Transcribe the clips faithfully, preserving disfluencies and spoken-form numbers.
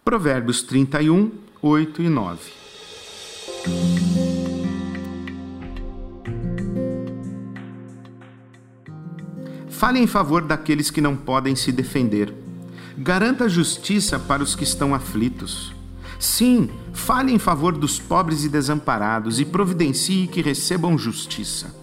Provérbios trinta e um, oito e nove. Fale em favor daqueles que não podem se defender. Garanta justiça para os que estão aflitos. Sim, fale em favor dos pobres e desamparados e providencie que recebam justiça.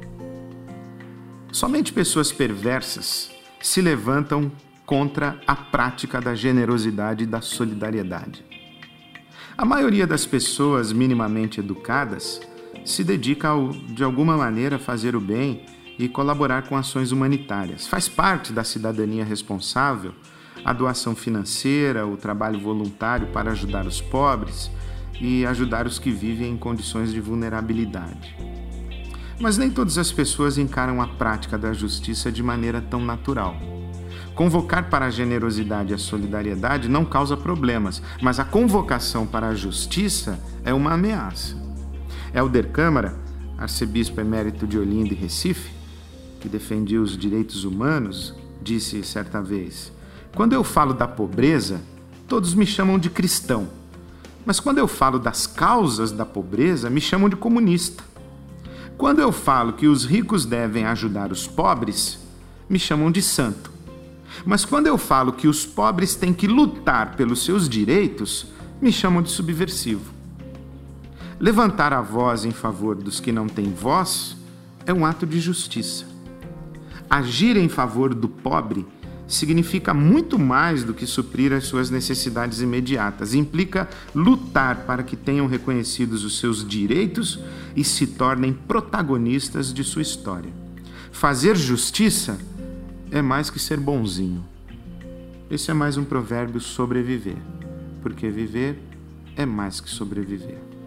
Somente pessoas perversas se levantam contra a prática da generosidade e da solidariedade. A maioria das pessoas minimamente educadas se dedica, ao, de alguma maneira, a fazer o bem e colaborar com ações humanitárias. Faz parte da cidadania responsável a doação financeira, o trabalho voluntário para ajudar os pobres e ajudar os que vivem em condições de vulnerabilidade. Mas nem todas as pessoas encaram a prática da justiça de maneira tão natural. Convocar para a generosidade e a solidariedade não causa problemas, mas a convocação para a justiça é uma ameaça. Helder Câmara, arcebispo emérito de Olinda e Recife, que defendia os direitos humanos, disse certa vez: "Quando eu falo da pobreza, todos me chamam de cristão. Mas quando eu falo das causas da pobreza, me chamam de comunista. Quando eu falo que os ricos devem ajudar os pobres, me chamam de santo. Mas quando eu falo que os pobres têm que lutar pelos seus direitos, me chamam de subversivo." Levantar a voz em favor dos que não têm voz é um ato de justiça. Agir em favor do pobre significa muito mais do que suprir as suas necessidades imediatas. Implica lutar para que tenham reconhecidos os seus direitos e se tornem protagonistas de sua história. Fazer justiça é mais que ser bonzinho. Esse é mais um provérbio sobreviver, porque viver é mais que sobreviver.